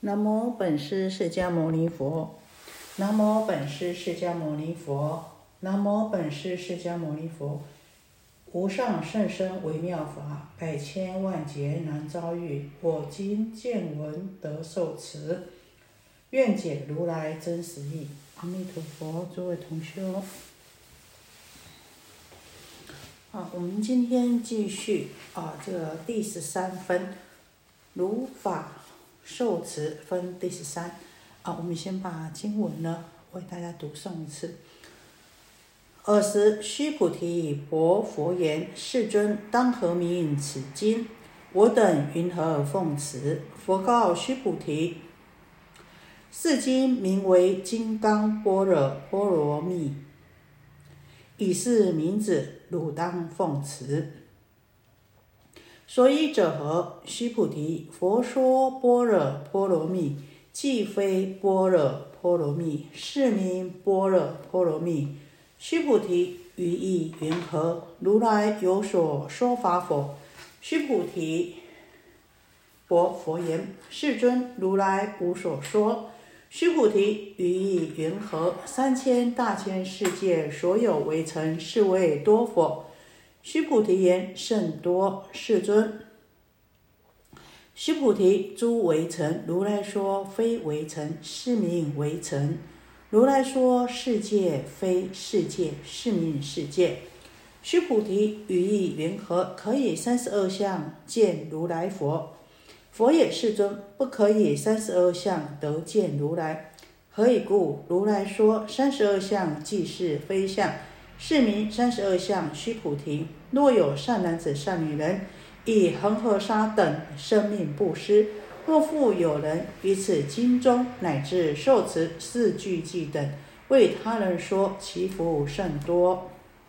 南无本师释迦牟尼佛，南无本师释迦牟尼佛，南无本师释迦牟尼佛。无上甚深微妙法，百千万劫难遭遇。我今见闻得受持，愿解如来真实义。阿弥陀佛，诸位同修。我们今天继续这个第13分，如法受持分第13。我们先把经文呢为大家读诵一次。尔时须菩提薄佛言：世尊，当何名此经？我等云何奉持？佛告须菩提：是经名为金刚般若波罗蜜，以是名字，汝当奉持。所以者何？须菩提，佛说般若波罗蜜，既非般若波罗蜜，是名般若波罗蜜。须菩提，于意云何？如来有所说法否？须菩提，薄佛言：世尊，如来无所说。须菩提，于意云何？3000大千世界所有微尘，是为多否？须菩提言：甚多。世尊，须菩提，诸微尘，如来说非微尘，是名微尘。如来说世界非世界，是名世界。须菩提，于意云何？可以32相见如来佛。佛也：世尊，不可以32相得见如来。何以故？如来说32相即是非相，是名32相。须菩提，若有善男子善女人，以恒河沙等生命布施，若复有人于此经中乃至受持4句偈等，为他人说，其福甚多。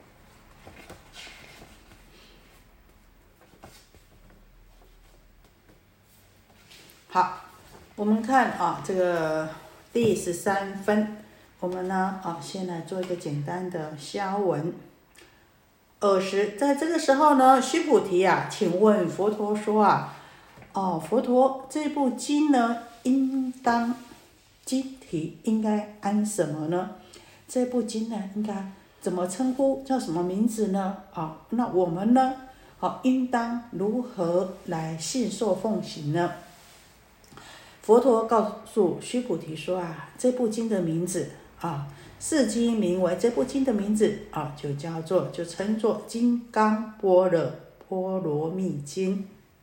好，我们看这个第13分，我们呢先来做一个简单的消文。尔时，在这个时候呢，须菩提请问佛陀说佛陀，这部经呢，应当经题应该安什么呢？这部经呢，应该怎么称呼？叫什么名字呢？那我们呢，应当如何来信受奉行呢？佛陀告诉须菩提说这部经的名字是经名为，这部经的名字就称作《金刚般若波罗蜜经》。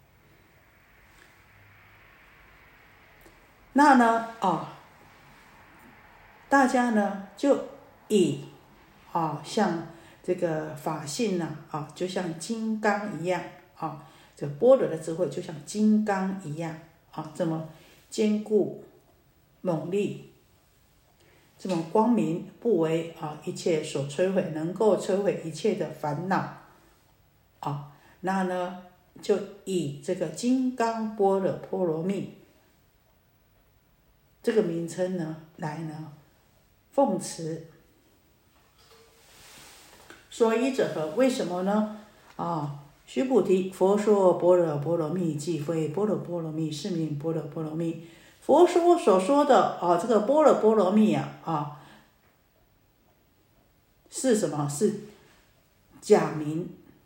那呢大家呢就以像这个法性就像金刚一样这般若的智慧就像金刚一样这么坚固猛力，这么光明，不为一切所摧毁，能够摧毁一切的烦恼那呢就以这个金刚般若波罗蜜这个名称呢来呢奉持。所以者何？为什么呢？须菩提，佛说般若波罗蜜，既非般若波罗蜜，是名般若波罗蜜。佛说所说的这个般若波罗蜜是什么？是假名，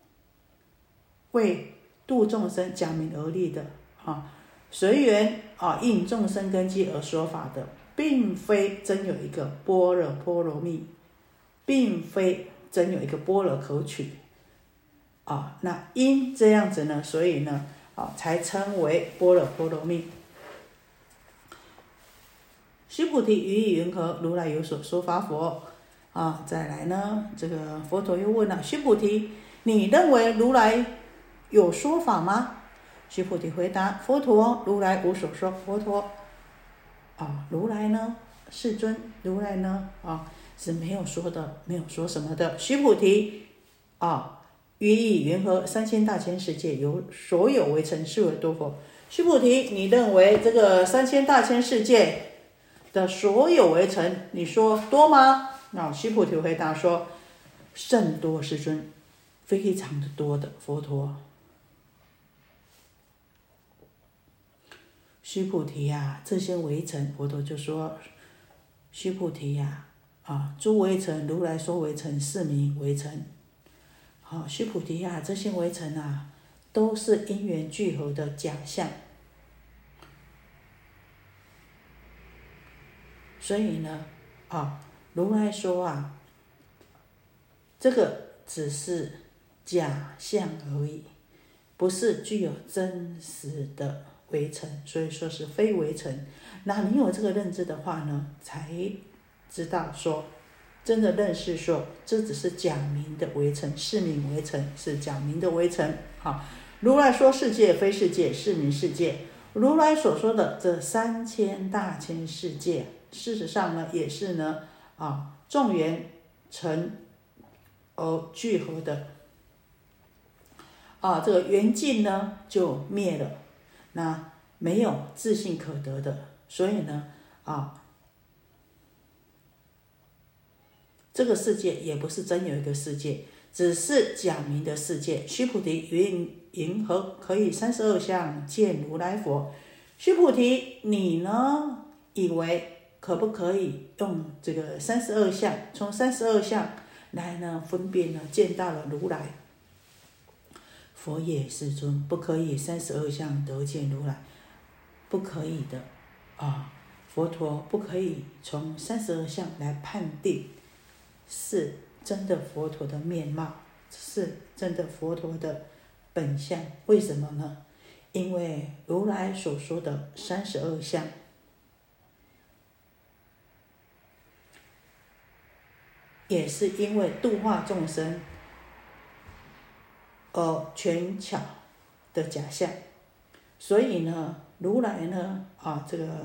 为度众生假名而立的随缘应众生根基而说法的，并非真有一个般若波罗蜜，并非真有一个般若可取那因这样子呢，所以呢才称为般若波罗蜜。须菩提，于意云何？如来有所说法否？再来呢，这个佛陀又问了须菩提，你认为如来有说法吗？须菩提回答：佛陀，如来无所说。佛陀如来呢？世尊，如来呢是没有说的，没有说什么的。须菩提于意云何？3000大千世界有所有微尘，是为多否？须菩提，你认为这个3000大千世界的所有微尘，你说多吗？须菩提回答说：甚多，世尊，非常的多的。佛陀。 须菩提呀，这些微尘，佛陀就说，须菩提呀，诸微尘，如来说微尘，是名微尘。须菩提呀，这些微尘啊，都是因缘聚合的假象。所以呢，如来说啊，这个只是假象而已，不是具有真实的微尘，所以说是非微尘。那你有这个认知的话呢，才知道说，真的认识说，这只是假名的微尘，是名微尘，是假名的微尘。如来说世界非世界，是名世界。如来所说的这3000大千世界，事实上呢，也是呢，众缘成而聚合的。这个缘尽呢就灭了，那没有自性可得的，所以呢，这个世界也不是真有一个世界，只是假名的世界。须菩提，云何可以32相见如来佛？须菩提，你呢以为可不可以用这个32相，从32相来呢分辨呢见到了如来？佛也，世尊，不可以32相得见如来，不可以的佛陀不可以从32相来判定是真的佛陀的面貌，是真的佛陀的本相。为什么呢？因为如来所说的32相，也是因为度化众生而权巧的假象。所以呢，如来呢，这个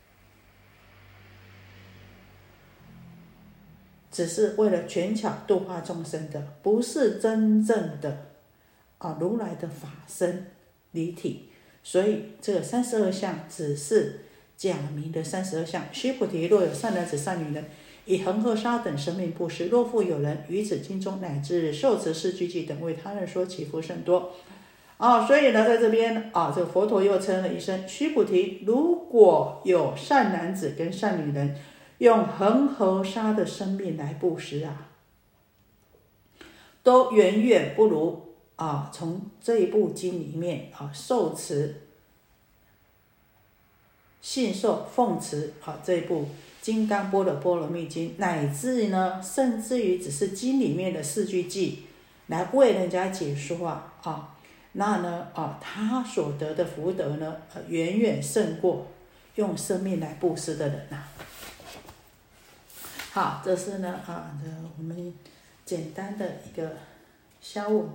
只是为了权巧度化众生的，不是真正的如来的法身离体。所以这个32相只是假名的32相。须菩提，若有善男子善女人，以恒河沙等生命布施，若复有人于此经中乃至受持四句偈等为他人说，其福甚多。所以呢，在这边这个佛陀又称了一声须菩提，如果有善男子跟善女人用恒河沙的生命来布施都远远不如从这一部经里面受持、信受、奉持这一部《金刚般若波罗蜜经》，乃至呢，甚至于只是经里面的4句偈来为人家解说那呢他所得的福德呢，远远胜过用生命来布施的人好，这是呢我们简单的一个消文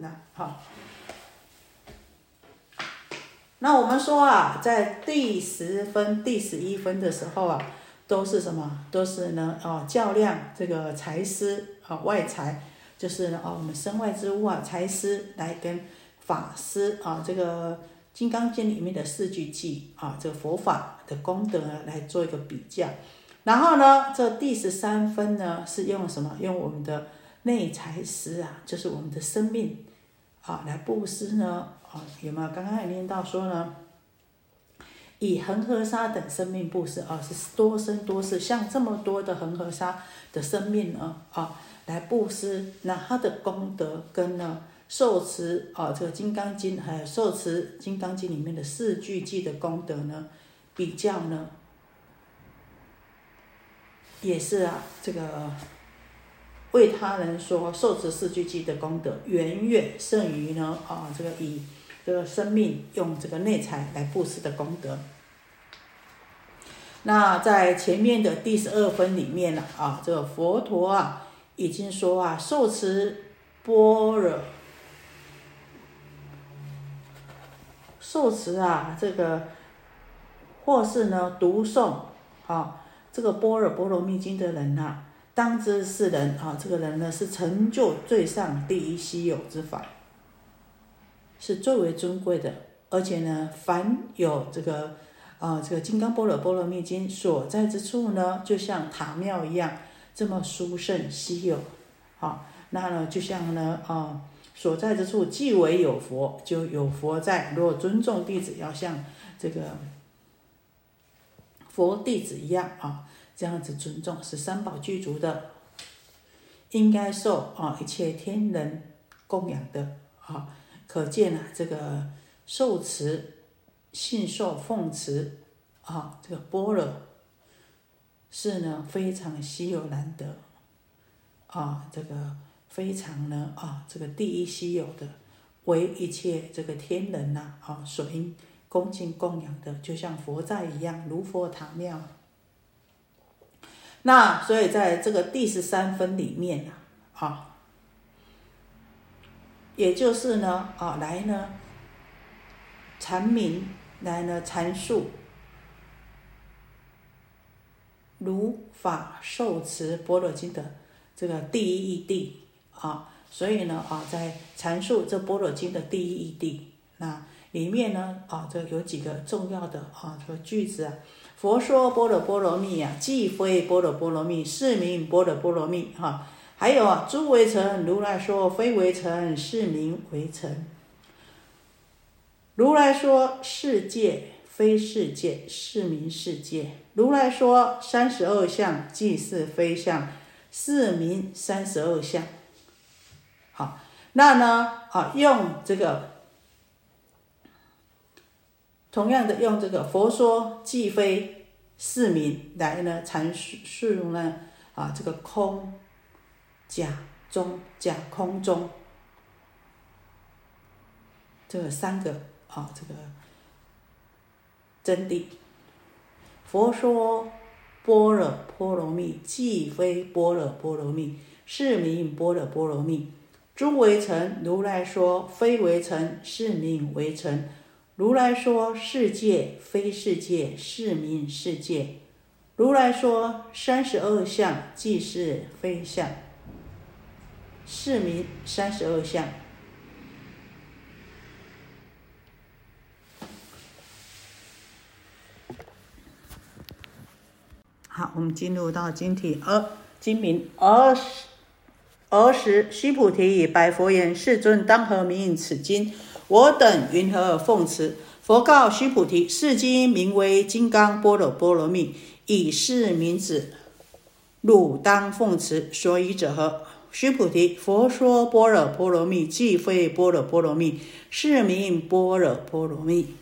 那我们说在第10分、第11分的时候都是什么？都是呢较量这个财施外财，就是呢我们身外之物财施来跟法施这个《金刚经》里面的4句偈这个佛法的功德来做一个比较。然后呢，这第13分呢是用什么？用我们的内财施就是我们的生命来布施呢有没有？刚刚也念到说呢，以恒河沙等生命布施是多生多世，像这么多的恒河沙的生命呢来布施，那它的功德跟呢受持这个《金刚经》还有受持《金刚经》里面的4句偈的功德呢比较呢，也是这个为他人说受持4句偈的功德远远胜于呢这个以这个生命用这个内财来布施的功德。那在前面的第12分里面这个佛陀已经说受持般若，受持这个或是呢读诵这个般若波罗蜜经的人当知是人这个人呢是成就最上第一稀有之法，是最为尊贵的。而且呢，凡有这个金刚般若波罗蜜经所在之处呢，就像塔庙一样，这么殊胜稀有那呢就像呢所在之处既为有佛，就有佛在。若尊重弟子要向这个佛弟子一样啊，这样子尊重，是三宝具足的，应该受一切天人供养的啊。可见这个受持、信受、奉持这个般若是呢非常稀有难得这个非常呢这个第一稀有的，为一切这个天人所应恭敬供养的，就像佛在一样，如佛塔庙。那所以在这个第13分里面也就是呢来呢阐明，来呢阐述如法受持般若经的这个第一义谛所以呢在阐述这般若经的第一义谛，那里面呢这有几个重要的这个句子佛说般若波罗蜜既非般若波罗蜜，是名般若波罗蜜还有诸为尘，如来说非为尘，是名为尘。如来说世界非世界，是名世界。如来说32相，即是非相，是名32相。好，那呢用这个同样的用这个佛说既非是名来呢阐述呢这个空假中假空中这个三个这个真谛。佛说般若波罗蜜，既非般若波罗蜜，是名般若波罗蜜。诸为尘，如来说非为尘，是名为尘。如来说世界非世界，是名世界。如来说32相，即是非相，是名32相。好，我们进入到经题。经名尔时须菩提白佛言：世尊，当何名此经？我等云何奉持？佛告须菩提：是经名为金刚般若波罗蜜，以是名字，汝当奉持。所以者何？须菩提，佛说般若波罗蜜，既非般若波罗蜜，是名般若波罗蜜。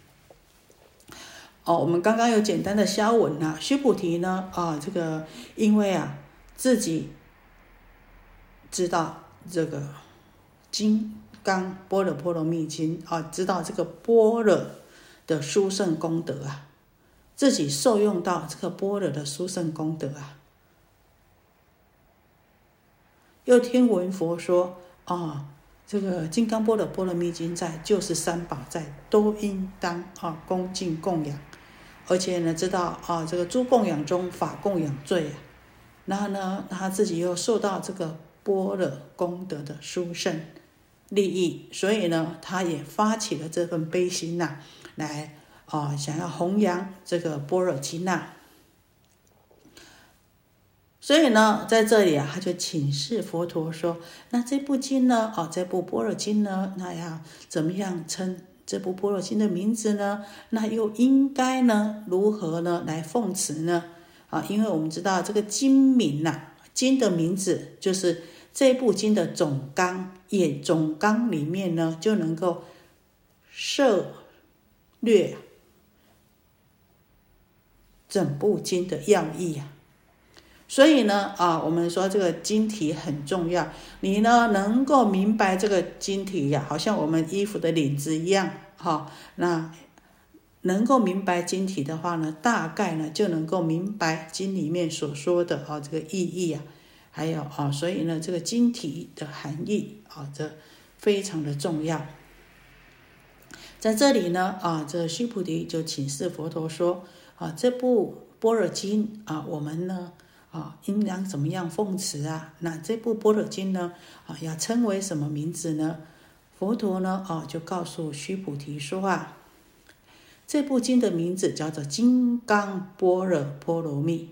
我们刚刚有简单的消文须菩提呢这个因为自己知道这个金刚般若波罗蜜经知道这个般若的殊胜功德自己受用到这个般若的殊胜功德又听闻佛说这个金刚般若波罗蜜经在，就是三宝在，都应当恭敬供养。而且呢知道这个诸供养中法供养最然后呢他自己又受到这个般若功德的殊胜利益，所以呢他也发起了这份悲心来想要弘扬这个般若经所以呢在这里他就请示佛陀说，那这部经呢这部般若经呢，那要怎么样称这部般若经的名字呢？那又应该呢如何呢来奉持呢因为我们知道这个经名经的名字就是这部经的总纲，也总纲里面呢就能够涉略整部经的要义所以呢我们说这个经题很重要，你呢能够明白这个经题好像我们衣服的领子一样那能够明白经题的话呢，大概呢就能够明白经里面所说的这个意义还有所以呢这个经题的含义这非常的重要。在这里呢这须菩提就请示佛陀说这部般若经我们呢应当怎么样奉持那这部般若经呢要称为什么名字呢？佛陀呢就告诉须菩提说这部经的名字叫做金刚般若波罗蜜，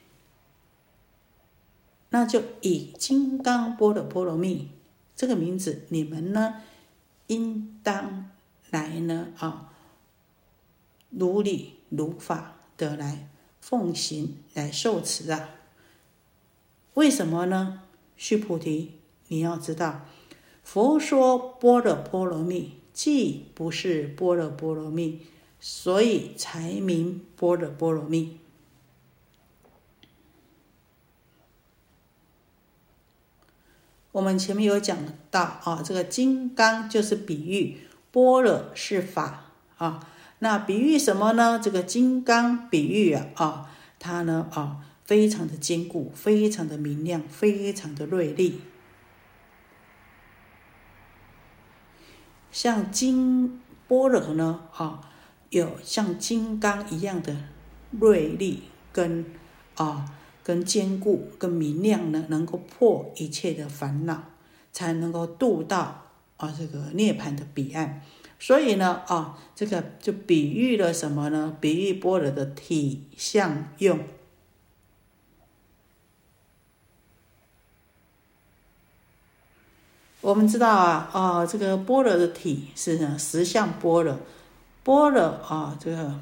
那就以金刚般若波罗蜜这个名字，你们呢应当来呢如理如法的来奉行来受持啊。为什么呢？须菩提，你要知道，佛说般若波罗蜜，既不是般若波罗蜜，所以才名般若波罗蜜。我们前面有讲到啊，这个金刚就是比喻，般若是法啊。那比喻什么呢？这个金刚比喻啊，它呢非常的坚固，非常的明亮，非常的锐利。像般若呢有像金刚一样的锐利跟坚固跟明亮呢，能够破一切的烦恼，才能够渡到这个涅槃的彼岸。所以呢这个就比喻了什么呢？比喻般若的体相用。我们知道这个般若的体是呢实相般若，般若这个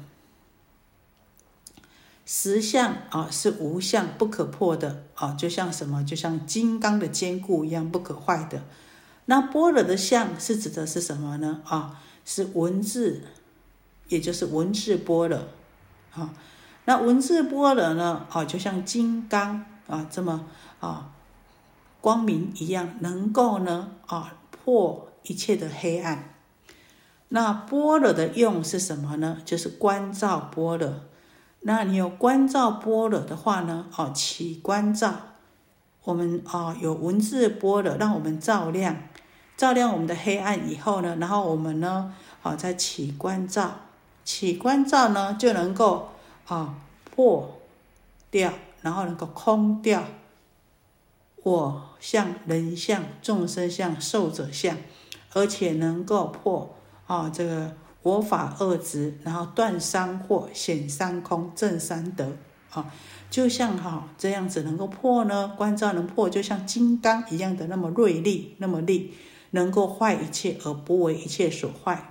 实相是无相不可破的就像什么？就像金刚的坚固一样不可坏的。那般若的相是指的是什么呢？是文字，也就是文字般若那文字般若呢就像金刚这么光明一样，能够呢破一切的黑暗。那般若的用是什么呢？就是观照般若。那你有观照般若的话呢起观照，我们有文字般若让我们照亮我们的黑暗以后呢，然后我们呢再起观照，起观照呢就能够破掉，然后能够空掉我相、人相、众生相、寿者相，而且能够破这个我法二执，然后断三惑、显三空、证三得就像这样子能够破呢，观照能破，就像金刚一样的那么锐利，那么利，能够坏一切而不为一切所坏。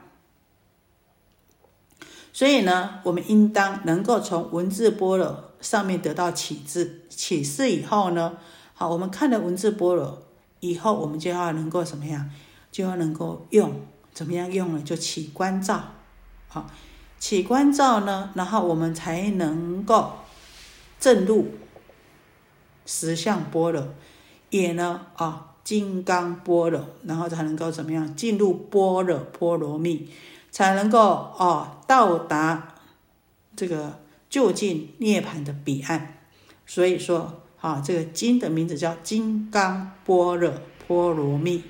所以呢，我们应当能够从文字般若上面得到启示以后呢，我们看了文字般若以后，我们就要能够怎么样？就要能够用，怎么样用呢？就起观照起观照呢，然后我们才能够证入实相般若，也呢金刚般若，然后才能够怎么样进入般若波罗蜜，才能够到达这个就近涅槃的彼岸。所以说这个经的名字叫金刚般若波罗蜜。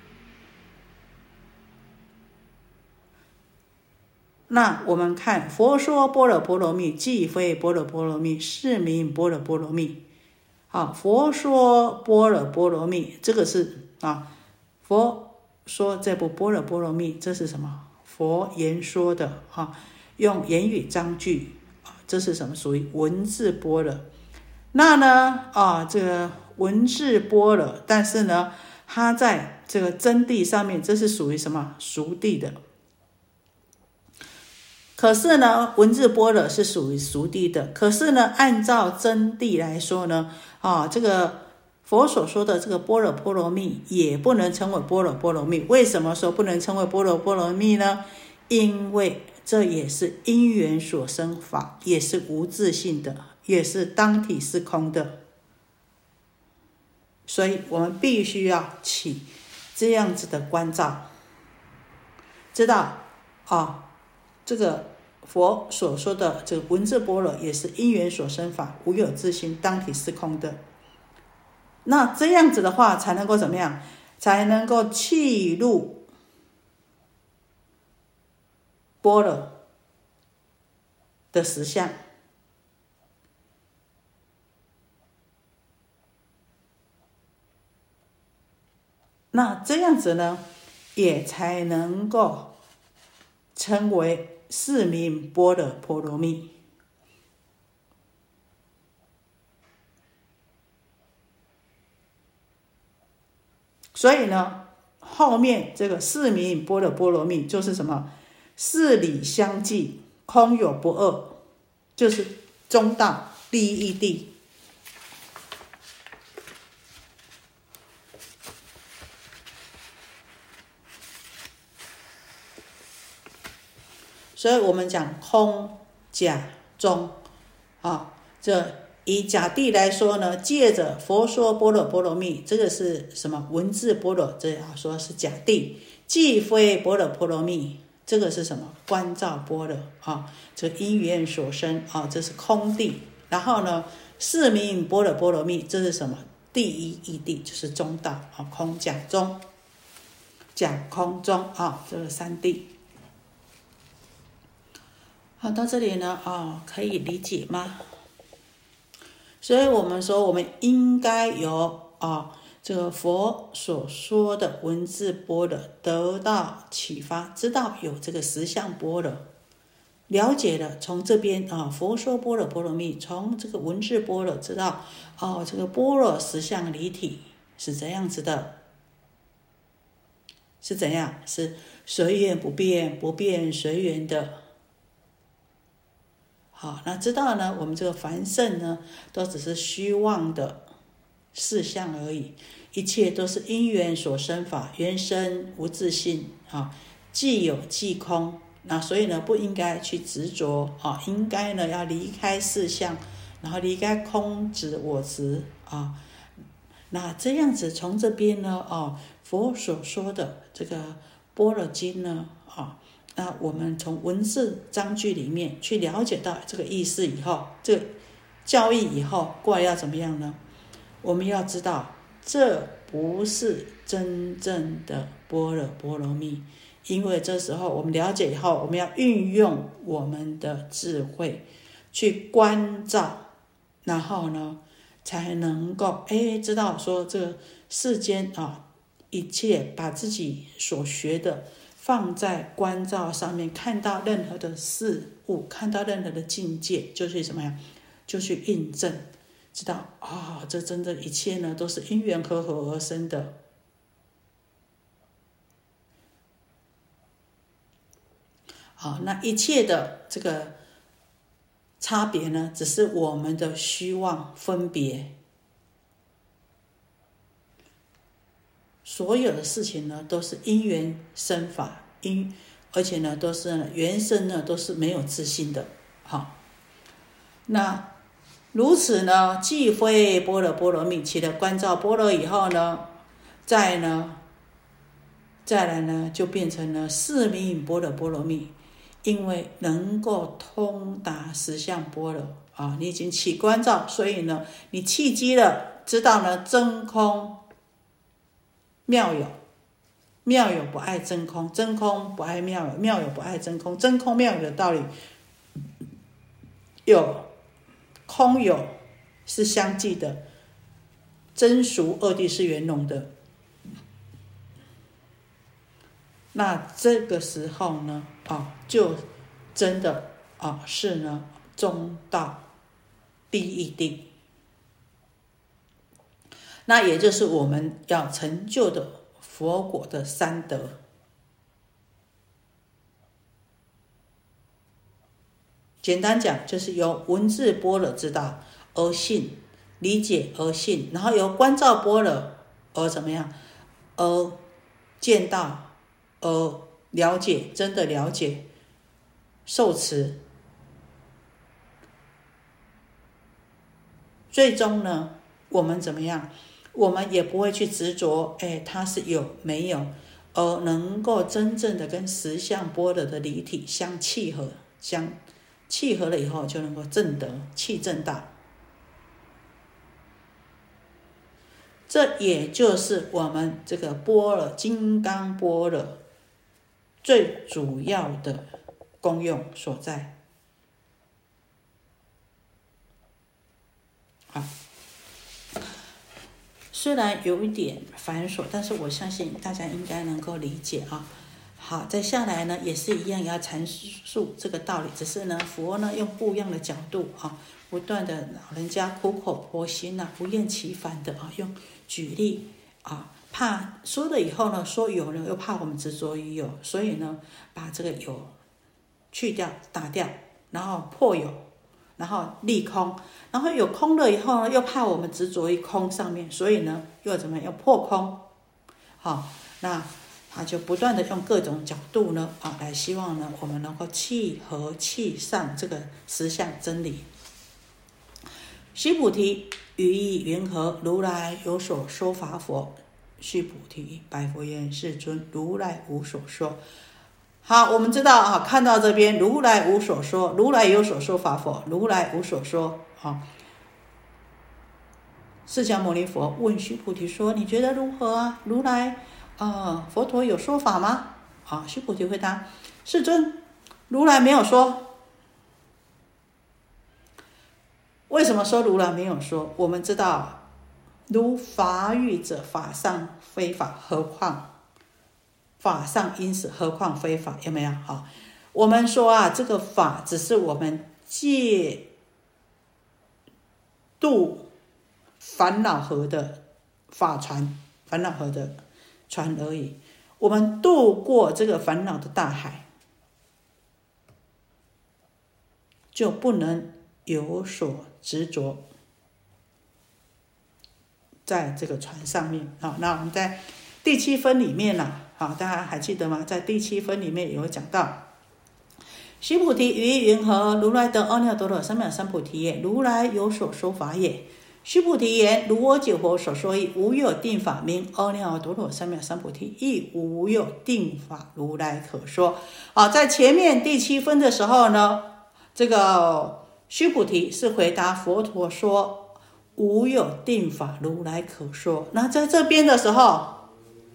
那我们看佛说般若波罗蜜，既非般若波罗蜜，是名般若波罗蜜。佛说般若波罗蜜，这个是佛说这部般若波罗蜜，这是什么？佛言说的用言语章句这是什么？属于文字般若。那呢这个文字般若，但是呢它在这个真谛上面，这是属于什么？熟谛的。可是呢文字般若是属于熟谛的，可是呢按照真谛来说呢这个佛所说的这个般若波罗蜜也不能称为般若波罗蜜。为什么说不能称为般若波罗蜜呢？因为这也是因缘所生法，也是无自性的，也是当体是空的。所以我们必须要起这样子的观照，知道这个佛所说的这个文字般若也是因缘所生法，无有自性，当体是空的。那这样子的话才能够怎么样？才能够契入般若的实相。那这样子呢也才能够称为是名般若波罗蜜。所以呢后面这个是名般若波罗蜜就是什么？事理相继，空有不二，就是中道第一义谛。所以我们讲空假中这以假谛来说呢，借着佛说般若波罗蜜，这个是什么文字般若，这要说是假谛；既非般若波罗蜜，这个是什么观照般若这因缘所生这是空谛。然后呢，是名般若波罗蜜，这是什么第一义谛，就是中道空假中，假空中这个三谛。好，到这里呢可以理解吗？所以我们说，我们应该由这个佛所说的文字般若得到启发，知道有这个实相般若，了解了从这边佛说般若波罗蜜，从这个文字般若知道这个般若实相离体是怎样子的，是怎样，是随缘不变，不变随缘的。好，那知道呢，我们这个凡圣呢，都只是虚妄的事相而已，一切都是因缘所生法，缘生无自性既有即空。那所以呢，不应该去执着应该呢要离开事相，然后离开空执我执那这样子从这边呢佛所说的这个般若经呢那我们从文字章句里面去了解到这个意思以后，这个教义以后，过来要怎么样呢？我们要知道，这不是真正的般若波罗蜜，因为这时候我们了解以后，我们要运用我们的智慧去关照，然后呢，才能够知道说这个世间一切把自己所学的放在观照上面，看到任何的事物，看到任何的境界，就去怎么样，就去印证，知道这真的一切呢都是因缘和合而生的。那一切的这个差别呢，只是我们的虚妄分别。所有的事情呢，都是因缘生法，而且呢，都是原生呢，都是没有自信的。那如此呢，既非般若波罗蜜，起了观照般若以后呢，再来呢，就变成了是名般若波罗蜜，因为能够通达实相般若你已经起观照，所以呢，你契机了，知道呢真空妙有，妙有不爱真空，真空不爱妙有，妙有不爱真空，真空妙有的道理，有空有是相继的，真俗二谛是圆融的。那这个时候呢就真的是呢中道第一义谛，那也就是我们要成就的佛果的三德。简单讲，就是由文字般若知道而信，理解而信，然后由观照般若而怎么样，而见到，而了解，真的了解，受持，最终呢，我们怎么样？我们也不会去执着，它是有没有，而能够真正的跟实相般若的离体相契合，契合了以后，就能够证得契证道。这也就是我们这个般若金刚般若最主要的功用所在。好，虽然有一点繁琐，但是我相信大家应该能够理解好，再下来呢，也是一样要阐述这个道理，只是呢，佛呢用不一样的角度不断的老人家苦口婆心不厌其烦的用举例怕说了以后呢，说有了又怕我们执着于有，所以呢，把这个有去掉打掉，然后破有， 然后立空，然后有空了以后呢，又怕我们执着于空上面，所以呢，又怎么样？要破空。好，那他就不断的用各种角度呢，来希望呢，我们能够契合契上这个实相真理。须菩提，于意云何？如来有所说法否？须菩提，白佛言：世尊，如来无所说。好，我们知道啊，看到这边，如来无所说，如来有所说法否？如来无所说。释迦牟尼佛问须菩提说：你觉得如何啊？如来佛陀有说法吗？须菩提回答：世尊，如来没有说。为什么说如来没有说？我们知道，如法语者，法上非法，何况法上因此，何况非法？有没有？我们说这个法只是我们借度烦恼河的法船，烦恼河的船而已。我们渡过这个烦恼的大海，就不能有所执着在这个船上面。那我们在第7分里面大家还记得吗？在第7分里面有讲到，须菩提，于意云何？如来得阿耨多罗三藐三菩提也。如来有所说法也。须菩提言：如我解佛所说义，无有定法名阿耨多罗三藐三菩提，亦无有定法如来可说。在前面第7分的时候呢，这个须菩提是回答佛陀说无有定法如来可说。那在这边的时候，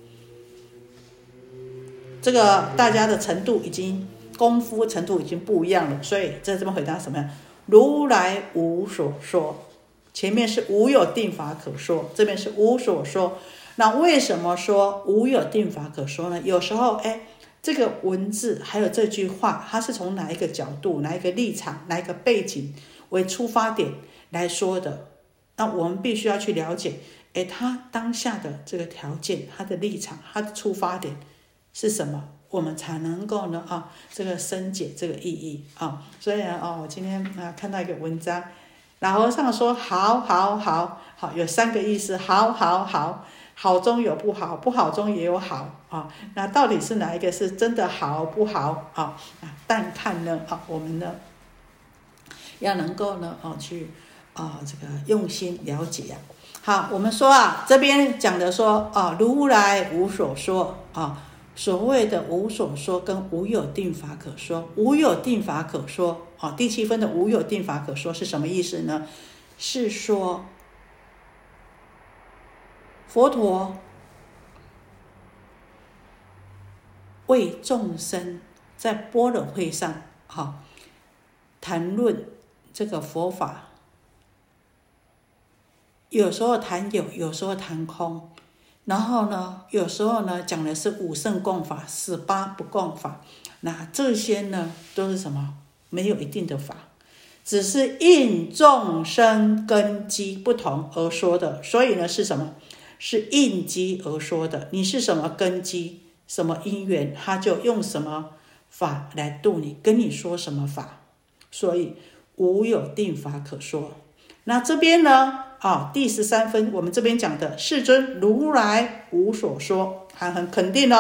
这个大家的程度功夫程度已经不一样了，所以在这边回答什么呀？如来无所说。前面是无有定法可说，这边是无所说。那为什么说无有定法可说呢？有时候这个文字还有这句话，它是从哪一个角度、哪一个立场、哪一个背景为出发点来说的，那我们必须要去了解他当下的这个条件、他的立场、他的出发点是什么，我们才能够呢这个深解这个意义所以我今天看到一个文章，老和尚说好，有3个意思，好中有不好，不好中也有好那到底是哪一个是真的好不好但看呢我们呢要能够呢去这个用心了解好，我们说这边讲的说如来无所说所谓的无所说跟无有定法可说，无有定法可说第7分的无有定法可说是什么意思呢？是说佛陀为众生在般若会上谈论这个佛法，有时候谈有，有时候谈空，然后呢有时候呢讲的是5乘共法，18不共法。那这些呢都是什么？没有一定的法，只是应众生根基不同而说的。所以呢是什么？是应机而说的。你是什么根基，什么因缘，他就用什么法来度你，跟你说什么法。所以无有定法可说。那这边呢第13分我们这边讲的世尊如来无所说，还很肯定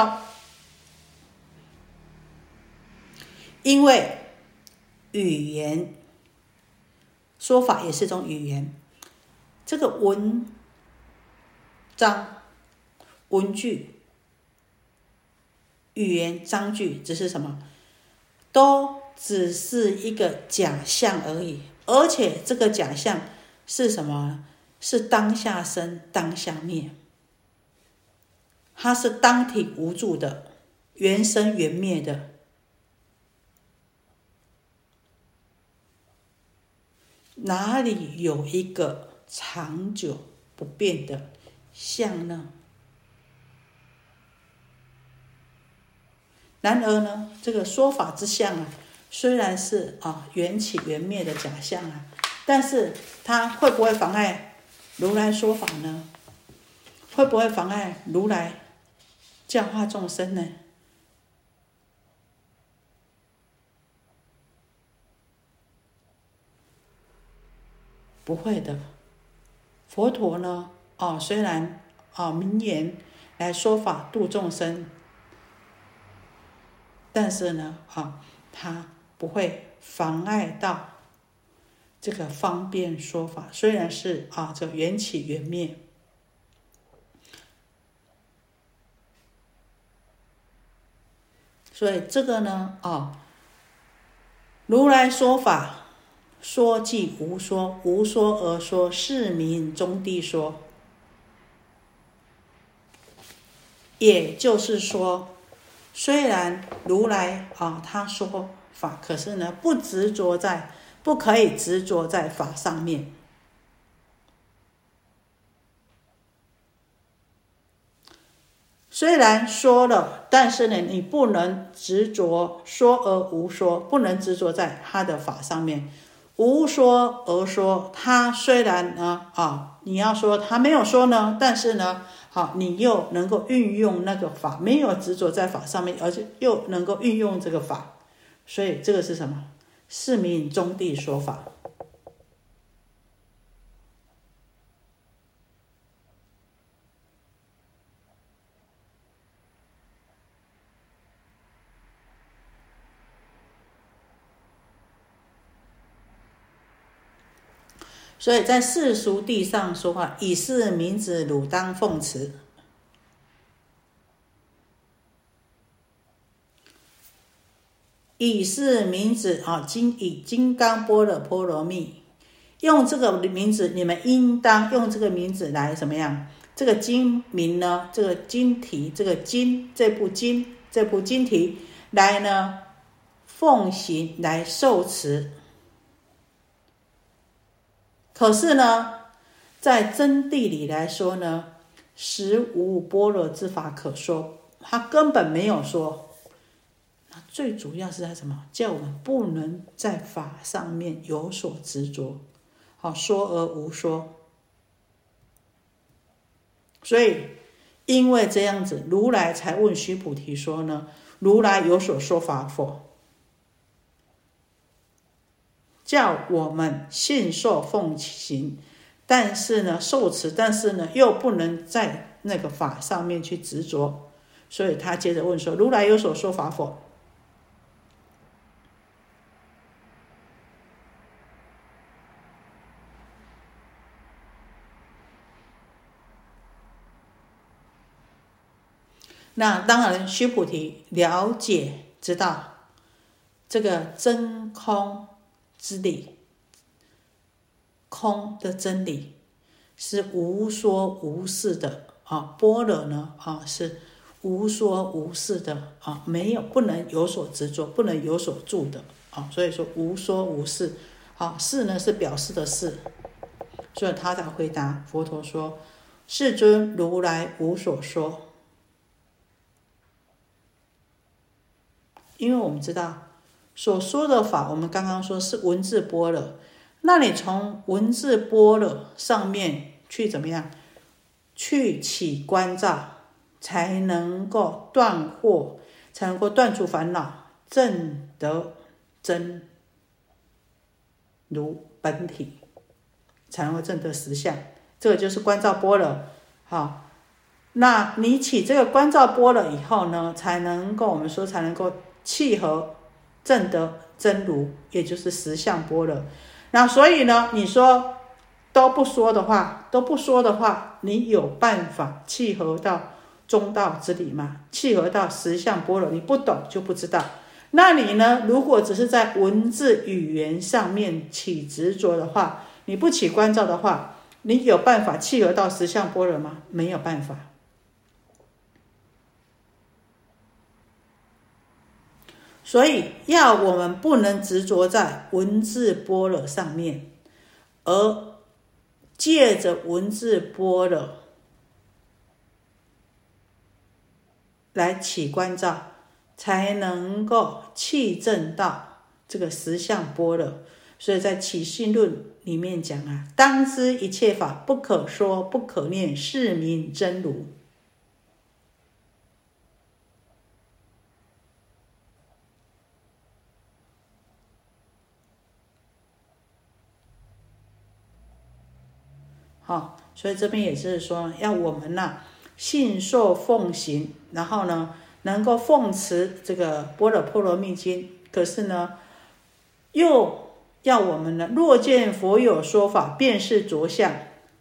因为语言说法也是一种语言，这个文章文句语言章句只是什么？都只是一个假象而已，而且这个假象是什么？是当下生当下灭，它是当体无住的，缘生缘灭的。哪里有一个长久不变的相呢？然而呢，这个说法之相虽然是缘起缘灭的假象但是它会不会妨碍如来说法呢？会不会妨碍如来教化众生呢？ 不会的。佛陀呢，虽然明言来说法度众生，但是呢，他不会妨碍到这个方便说法。虽然是这个缘起缘灭，所以这个呢，如来说法，说即无说，无说而说，是名中谛说。也就是说，虽然如来他说法，可是呢，不可以执着在法上面。虽然说了，但是呢，你不能执着说而无说，不能执着在他的法上面。无说而说，他虽然呢你要说他没有说呢，但是呢，你又能够运用那个法，没有执着在法上面，而且又能够运用这个法，所以这个是什么？是名中谛说法。所以在世俗谛上说话，以是名子，汝当奉持。以是名字以金刚般若波罗蜜，用这个名字，你们应当用这个名字来怎么样？这个经名呢，这个经题，这部经题来呢奉行，来受持。可是呢，在真谛里来说呢，实无般若之法可说，他根本没有说。最主要是在什么？叫我们不能在法上面有所执着，说而无说。所以因为这样子，如来才问须菩提说呢，如来有所说法否？叫我们信受奉行，但是呢受持，但是呢又不能在那个法上面去执着。所以他接着问说，如来有所说法否？那当然须菩提了解知道这个真空之理，空的真理是无说无事的般若呢是无说无事的没有，不能有所执着，不能有所住的所以说无说无事事呢是表示的事。所以他才回答佛陀说，世尊，如来无所说。因为我们知道所说的法，我们刚刚说是文字般若，那你从文字般若上面去怎么样去起观照，才能够断惑，才能够断除烦恼，证得真如本体，才能够证得实相。这个就是观照般若。好，那你起这个观照般若以后呢，才能够我们说才能够契合证得真如，也就是实相般若。那所以呢，你说都不说的话，你有办法契合到中道之理吗？契合到实相般若，你不懂就不知道。那你呢，如果只是在文字语言上面起执着的话，你不起观照的话，你有办法契合到实相般若吗？没有办法。所以要我们不能执着在文字般若上面，而借着文字般若来起观照，才能够契证到这个实相般若。所以在起信论里面讲当知一切法不可说不可念，是名真如。 所以这边也是说要我们信受奉行，然后呢能够奉持这个般若波罗蜜经，可是呢又要我们呢若见佛有说法，便是着相，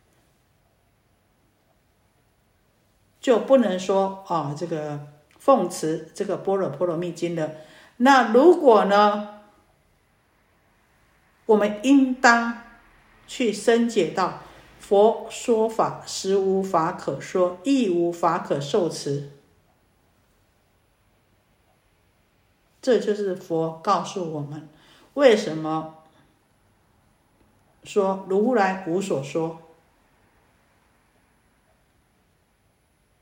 就不能说这个奉持这个般若波罗蜜经的。那如果呢我们应当去深解到佛说法实无法可说，亦无法可受持，这就是佛告诉我们为什么说如来无所说。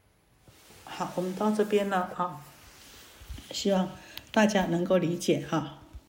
好，我们到这边了，希望大家能够理解。